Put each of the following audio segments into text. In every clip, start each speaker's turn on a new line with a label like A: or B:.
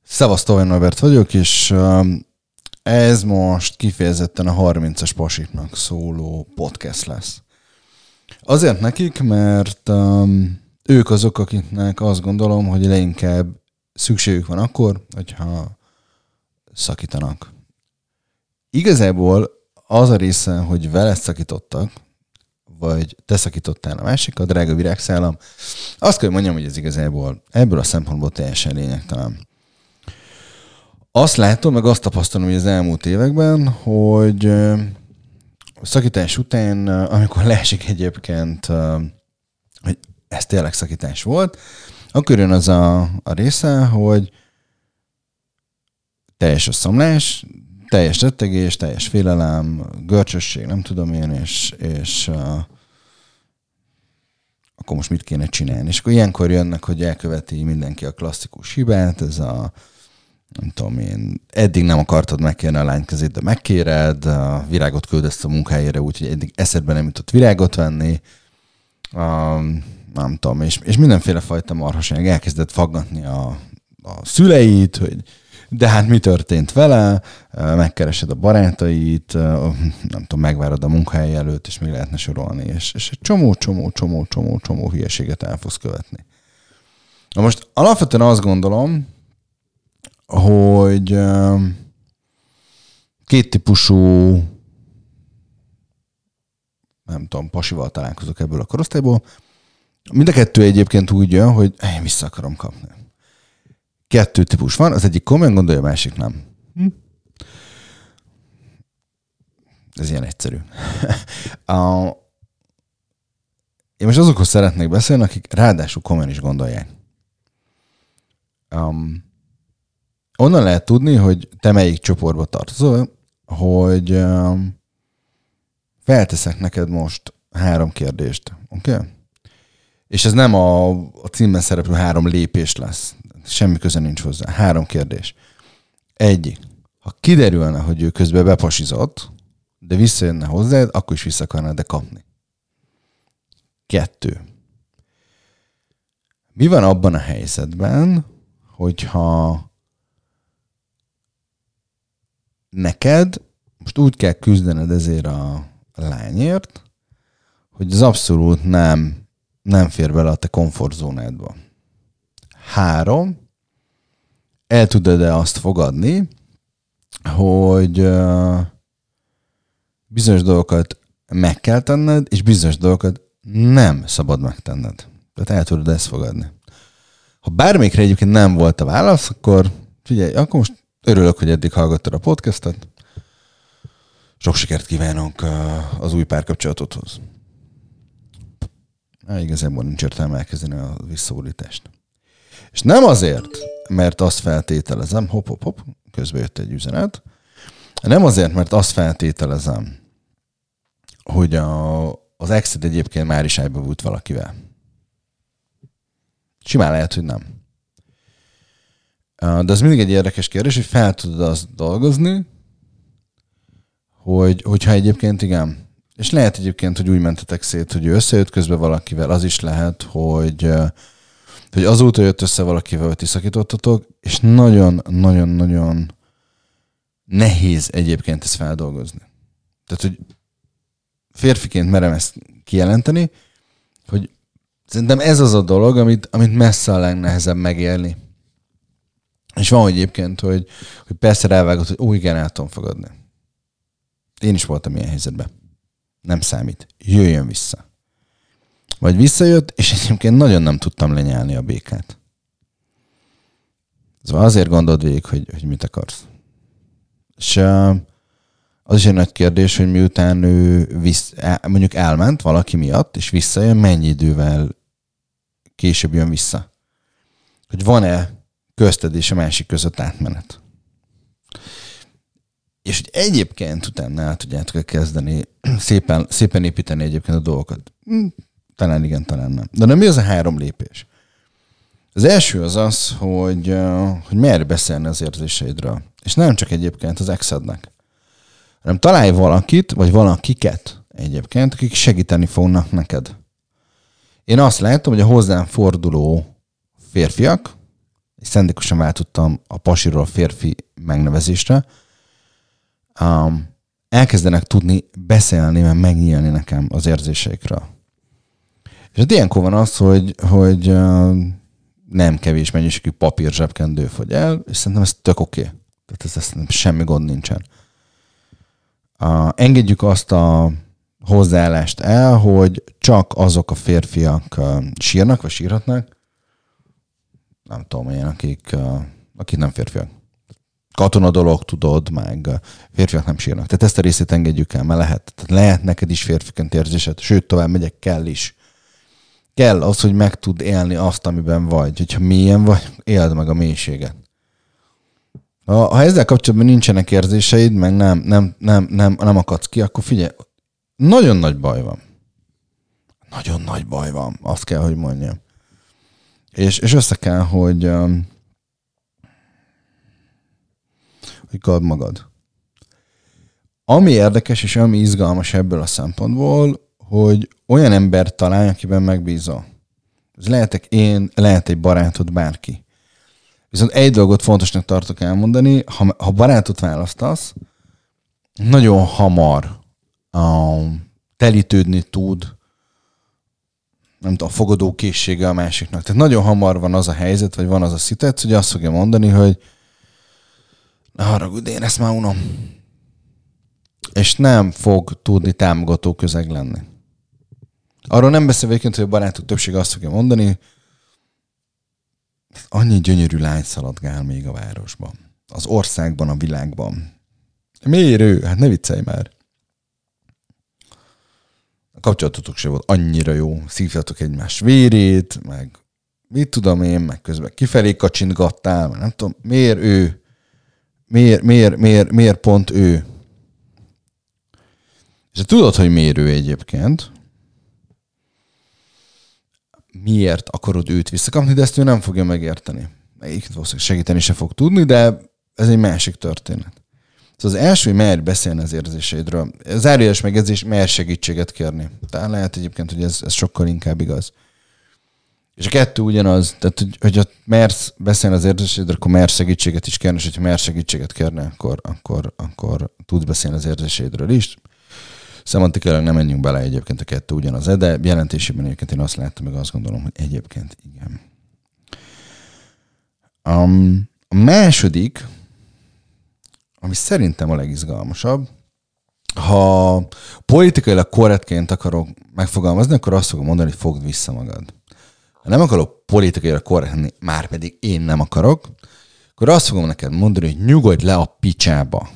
A: Szevasztok, én Norbert vagyok, és ez most kifejezetten a 30-as pasiknak szóló podcast lesz. Azért nekik, mert ők azok, akiknek azt gondolom, hogy leginkább szükségük van akkor, hogyha szakítanak. Igazából az a része, hogy veled szakítottak, vagy te szakítottál a másik, a drága virágszálam, azt kell, hogy mondjam, hogy ez igazából ebből a szempontból teljesen lényegtelen. Azt látom, meg azt tapasztalom, hogy az elmúlt években, hogy szakítás után, amikor leesik egyébként, hogy ez tényleg szakítás volt, akkor jön az a része, hogy teljes összeomlás, teljes rettegés, teljes félelem, görcsösség, nem tudom én, és akkor most mit kéne csinálni. És akkor ilyenkor jönnek, hogy elköveti mindenki a klasszikus hibát, ez a nem tudom én, eddig nem akartad megkérni a lány kezét, de megkéred, a virágot küldesz a munkájára, úgyhogy eddig eszedbe nem jutott virágot venni, nem tudom, és mindenféle fajta marhaság elkezdett faggatni a szüleit, hogy de hát mi történt vele, megkeresed a barátait, nem tudom, megvárod a munkahely előtt, és még lehetne sorolni, és egy csomó hülyeséget el fogsz követni. Na most alapvetően azt gondolom, hogy két típusú, nem tudom, pasival találkozok ebből a korosztályból. Mind a kettő egyébként úgy jön, hogy én vissza akarom kapni. Kettő típus van, az egyik komolyan gondolja, a másik nem. Ez ilyen egyszerű. Én most azokhoz szeretnék beszélni, akik ráadásul komolyan is gondolják. Onnan lehet tudni, hogy te melyik csoportba tartozol, hogy felteszek neked most 3 kérdést, oké? Okay? És ez nem a címben szereplő 3 lépés lesz. Semmi köze nincs hozzá. 3 kérdés. 1. Ha kiderülne, hogy ő közben bepasizott, de visszajönne hozzád, akkor is vissza akarnád kapni. 2. Mi van abban a helyzetben, hogyha neked most úgy kell küzdened ezért a lányért, hogy az abszolút nem fér bele a te komfortzónádba. 3. El tudod-e azt fogadni, hogy bizonyos dolgokat meg kell tenned, és bizonyos dolgokat nem szabad megtenned. Tehát el tudod ezt fogadni. Ha bármelyikre egyébként nem volt a válasz, akkor figyelj, akkor most örülök, hogy eddig hallgattad a podcastet. Sok sikert kívánok az új párkapcsolatodhoz. Igazából nincs értelme elkezdeni a visszaúrítást. És nem azért, mert azt feltételezem, hopp, közben jött egy üzenet, nem azért, mert azt feltételezem, hogy az exed egyébként már is ájba volt valakivel. Simán lehet, hogy nem. De az mindig egy érdekes kérdés, hogy fel tudod azt dolgozni, hogyha egyébként igen. És lehet egyébként, hogy úgy mentetek szét, hogy ő összejött közben valakivel, az is lehet, hogy azóta jött össze valakivel, hogy ti szakítottatok, és nagyon-nagyon nehéz egyébként ezt feldolgozni. Tehát, hogy férfiként merem ezt kijelenteni, hogy szerintem ez az a dolog, amit messze a legnehezebb megélni. És van egyébként, hogy persze rávágod, hogy igen, el tudom fogadni. Én is voltam ilyen helyzetben. Nem számít. Jöjjön vissza. Vagy visszajött, és egyébként nagyon nem tudtam lenyelni a békát. Szóval azért gondold végig, hogy mit akarsz. És az is egy nagy kérdés, hogy miután ő mondjuk elment valaki miatt, és visszajön, mennyi idővel később jön vissza. Hogy van-e közted és a másik között átmenet. És hogy egyébként utána el tudjátok kezdeni szépen építeni egyébként a dolgokat. Talán igen, talán nem. De mi az a 3 lépés? Az első az, hogy merj beszélni az érzéseidről. És nem csak egyébként az exednek, hanem találj valakit, vagy valakiket egyébként, akik segíteni fognak neked. Én azt látom, hogy a hozzám forduló férfiak szándékosan váltottam a pasiról a férfi megnevezésre, elkezdenek tudni beszélni, mert megnyílni nekem az érzéseikről. És hát ilyenkor van az, hogy nem kevés mennyiségű papír zsebkendő fogy el, és szerintem ez tök oké. Tehát ez semmi gond nincsen. Engedjük azt a hozzáállást el, hogy csak azok a férfiak sírnak, vagy sírhatnak, nem tudom, ilyen, akik nem férfiak. Katona dolog, tudod, meg férfiak nem sírnak. Tehát ezt a részét engedjük el, mert lehet. Tehát lehet neked is férfiként érzésed, sőt, tovább megyek, kell is. Kell az, hogy meg tud élni azt, amiben vagy. Hogyha mélyen vagy, éld meg a mélységet. Ha ezzel kapcsolatban nincsenek érzéseid, meg nem akadsz ki, akkor figyelj, nagyon nagy baj van. Nagyon nagy baj van, azt kell, hogy mondjam. És össze kell, hogy kapd magad. Ami érdekes és ami izgalmas ebből a szempontból, hogy olyan ember találj, akiben megbízol. Ez lehetek én, lehet egy barátod, bárki. Viszont egy dolgot fontosnak tartok elmondani, ha barátot választasz, nagyon hamar telítődni tud, nem tudom, a fogadókészsége a másiknak. Tehát nagyon hamar van az a helyzet, vagy van az a szituáció, hogy azt fogja mondani, hogy ne haragudj, én ezt már unom. És nem fog tudni támogató közeg lenni. Arról nem beszél egyébként, hogy a barátok többsége azt fogja mondani, annyi gyönyörű lány szaladgál még a városban. Az országban, a világban. Miért ő? Hát ne viccelj már. A kapcsolatotok sem volt annyira jó. Szívtatok egymás vérét, meg mit tudom én, meg közben kifelé kacsintgattál, meg nem tudom, miért ő? Miért pont ő? És tudod, hogy miért ő egyébként? Miért akarod őt visszakapni, de ezt ő nem fogja megérteni. Egyébként valószínűleg segíteni se fog tudni, de ez egy másik történet. Szóval az első, hogy merj beszélni az érzéseidről. Zárójeles megjegyzés, merj segítséget kérni. Tehát lehet egyébként, hogy ez sokkal inkább igaz. És a kettő ugyanaz, tehát hogyha mersz beszélni az érzéseidről, akkor mersz segítséget is kérni, és hogyha mersz segítséget kérni, akkor tudsz beszélni az érzéseidről is. Szemantikailag nem menjünk bele, egyébként a kettő ugyanaz, de jelentésében egyébként én azt láttam, meg azt gondolom, hogy egyébként igen. A második, ami szerintem a legizgalmasabb, ha politikailag korrektként akarok megfogalmazni, akkor azt fogom mondani, hogy fogd vissza magad. Ha nem akarok politikailag korrekt lenni, már pedig én nem akarok, akkor azt fogom neked mondani, hogy nyugodj le a picsába.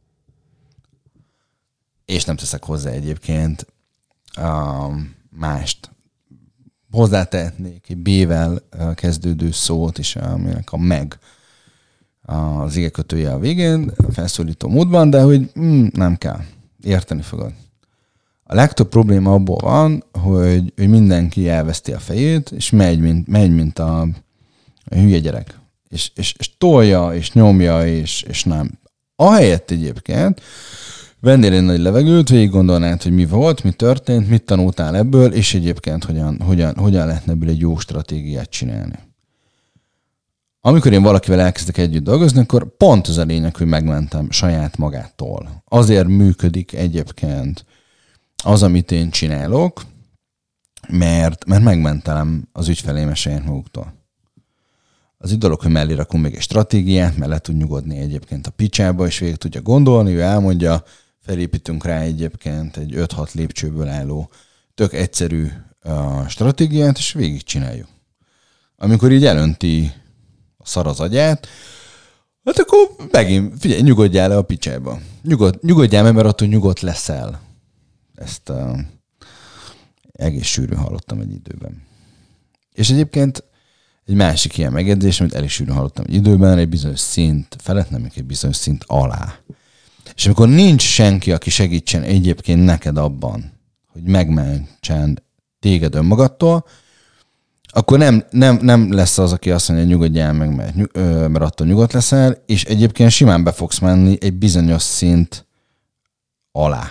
A: És nem teszek hozzá egyébként mást. Hozzátehetnék egy B-vel kezdődő szót is, aminek a meg az igekötője a végén, felszólító módban, de hogy nem kell. Érteni fogod. A legtöbb probléma abból van, hogy mindenki elveszti a fejét, és megy, mint a hülye gyerek. És tolja, és nyomja, és nem. Ahelyett egyébként vennél egy nagy levegőt, végig gondolnád, hogy mi volt, mi történt, mit tanultál ebből, és egyébként hogyan lehetne ebből egy jó stratégiát csinálni. Amikor én valakivel elkezdek együtt dolgozni, akkor pont az a lényeg, hogy megmentem saját magától. Azért működik egyébként az, amit én csinálok, mert megmentelem az ügyfelémet saját maguktól. Az egy dolog, hogy mellé rakunk még egy stratégiát, mert le tud nyugodni egyébként a picsába, és végig tudja gondolni, ő elmondja, felépítünk rá egyébként egy 5-6 lépcsőből álló tök egyszerű stratégiát, és végig csináljuk. Amikor így elönti a szar az agyát, hát akkor megint, figyelj, nyugodjál le a picsába. Nyugodjál meg, mert attól nyugodt leszel. Ezt egész sűrűn hallottam egy időben. És egyébként egy másik ilyen megjegyzés, amit el is sűrűn hallottam egy időben, egy bizonyos szint felett, nem egy bizonyos szint alá. És amikor nincs senki, aki segítsen egyébként neked abban, hogy megmentsen téged önmagadtól, akkor nem lesz az, aki azt mondja, hogy nyugodjál meg, mert attól nyugodt leszel, és egyébként simán be fogsz menni egy bizonyos szint alá.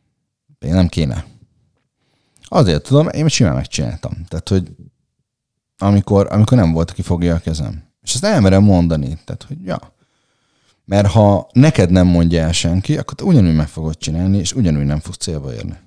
A: Én nem kéne. Azért tudom, én simán megcsináltam. Tehát, hogy amikor nem volt, aki fogja a kezem. És ezt elmerem mondani. Tehát, hogy ja. Mert ha neked nem mondja el senki, akkor te ugyanúgy meg fogod csinálni, és ugyanúgy nem fogsz célba érni.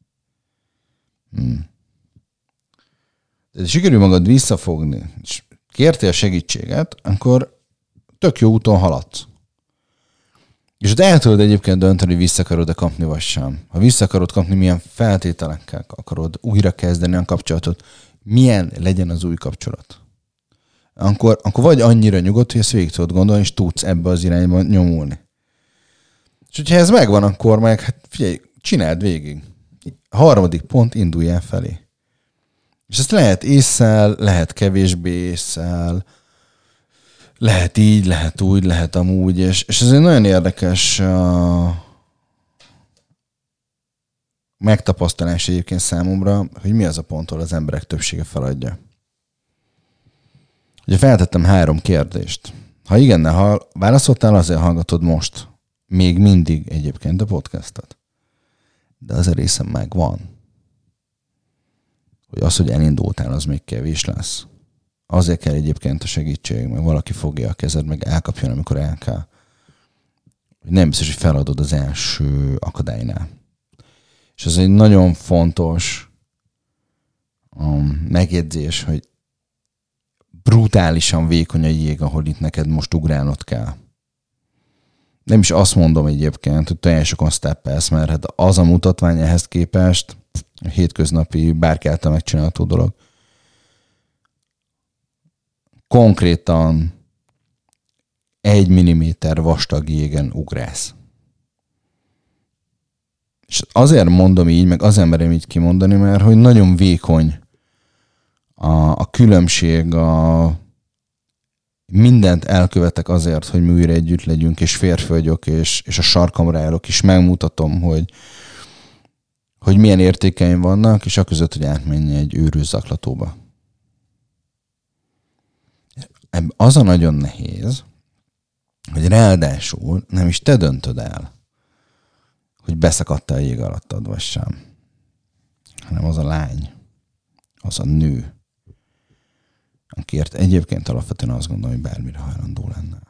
A: De sikerül magad visszafogni, és kértél segítséget, akkor tök jó úton haladsz. És ott el tudod egyébként dönteni, hogy vissza akarod-e kapni, vagy sem. Ha vissza akarod kapni, milyen feltételekkel akarod újra kezdeni a kapcsolatot, milyen legyen az új kapcsolat. Akkor vagy annyira nyugodt, hogy ezt végig tudod gondolni, és tudsz ebbe az irányba nyomulni. És hogyha ez megvan, akkor meg, hát figyelj, csináld végig. A 3. pont, indulj el felé. És ezt lehet ésszel, lehet kevésbé ésszel, lehet így, lehet úgy, lehet amúgy, és ez egy nagyon érdekes megtapasztalás egyébként számomra, hogy mi az a pont, ahol az emberek többsége feladja. Ugye feltettem 3 kérdést. Ha igennel, ha válaszoltál, azért hallgatod most. Még mindig egyébként a podcastot. De az a részem megvan. Hogy az, hogy elindultál, az még kevés lesz. Azért kell egyébként a segítség, meg valaki fogja a kezed, meg elkapjon, amikor el kell. Nem biztos, hogy feladod az első akadálynál. És ez egy nagyon fontos megjegyzés, hogy brutálisan vékony a jég, ahol itt neked most ugrálnod kell. Nem is azt mondom egyébként, hogy teljesen sokon steppelsz, mert hát az a mutatvány ehhez képest a hétköznapi, bárki által megcsinálható dolog. Konkrétan 1 milliméter vastag jégen ugrálsz. És azért mondom így, meg azért merem így kimondani, mert hogy nagyon vékony a különbség, mindent elkövetek azért, hogy mi újra együtt legyünk, és férfi vagyok, és a sarkamra állok, és megmutatom, hogy milyen értékeim vannak, és aközött, hogy átmenj egy őrült zaklatóba. Az a nagyon nehéz, hogy ráadásul nem is te döntöd el, hogy beszakadta a jég alattad, vagy sem. Hanem az a lány, az a nő, akiért egyébként alapvetően azt gondolom, hogy bármire hajlandó lenne.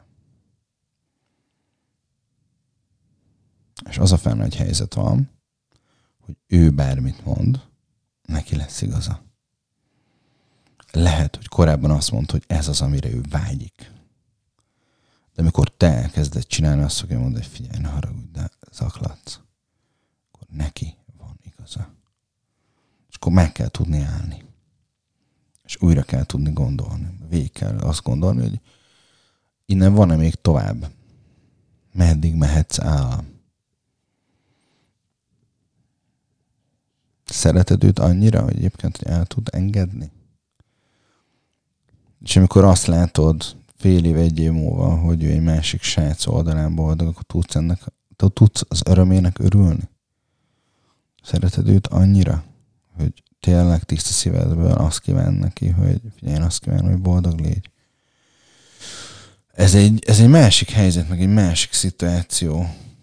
A: És az a fel nagy helyzet van, hogy ő bármit mond, neki lesz igaza. Lehet, hogy korábban azt mondta, hogy ez az, amire ő vágyik. De amikor te elkezded csinálni, azt fogja mondani, hogy figyelj, ne haragudj, de zaklatsz. Akkor neki van igaza. És akkor meg kell tudni állni. És újra kell tudni gondolni. Végig kell azt gondolni, hogy innen van-e még tovább. Meddig mehetsz el? Szereted őt annyira, hogy egyébként hogy el tud engedni? És amikor azt látod fél év, 1 év múlva, hogy ő egy másik srác oldalán boldog, akkor tudsz az örömének örülni? Szereted őt annyira, hogy tényleg tiszta szívedből azt kíván neki, hogy figyelj, én azt kívánom, hogy boldog légy. Ez egy másik helyzet, meg egy másik szituáció.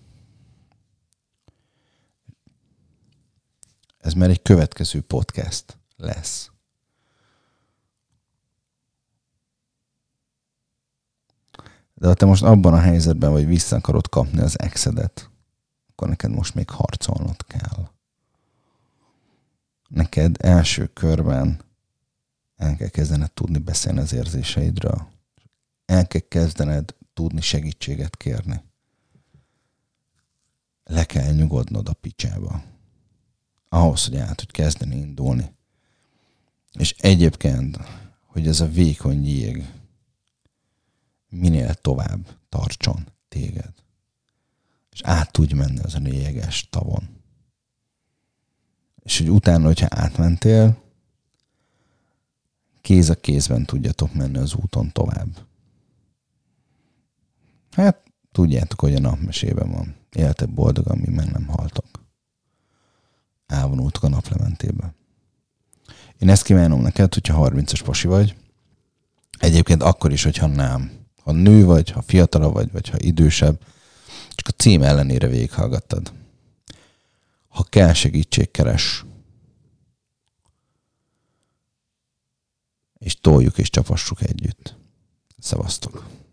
A: Ez már egy következő podcast lesz. De ha te most abban a helyzetben vagy, vissza akarod kapni az exedet, akkor neked most még harcolnod kell. Neked első körben el kell kezdened tudni beszélni az érzéseidről. El kell kezdened tudni segítséget kérni. Le kell nyugodnod a picsába. Ahhoz, hogy el tudj kezdeni indulni. És egyébként, hogy ez a vékony jég minél tovább tartson téged. És át tudj menni azon a jéges tavon. És hogy utána, hogyha átmentél, kéz a kézben tudjatok menni az úton tovább. Hát, tudjátok, hogy a napmesében van. Éltek boldogan, mi meg nem haltok. Elvonultok a naplementébe. Én ezt kívánom neked, hogyha 30-as pasi vagy. Egyébként akkor is, hogyha nem. Ha nő vagy, ha fiatalabb vagy ha idősebb, csak a cím ellenére végighallgattad. Ha kell segítség, keres. és toljuk és csapassuk együtt. Szevasztok!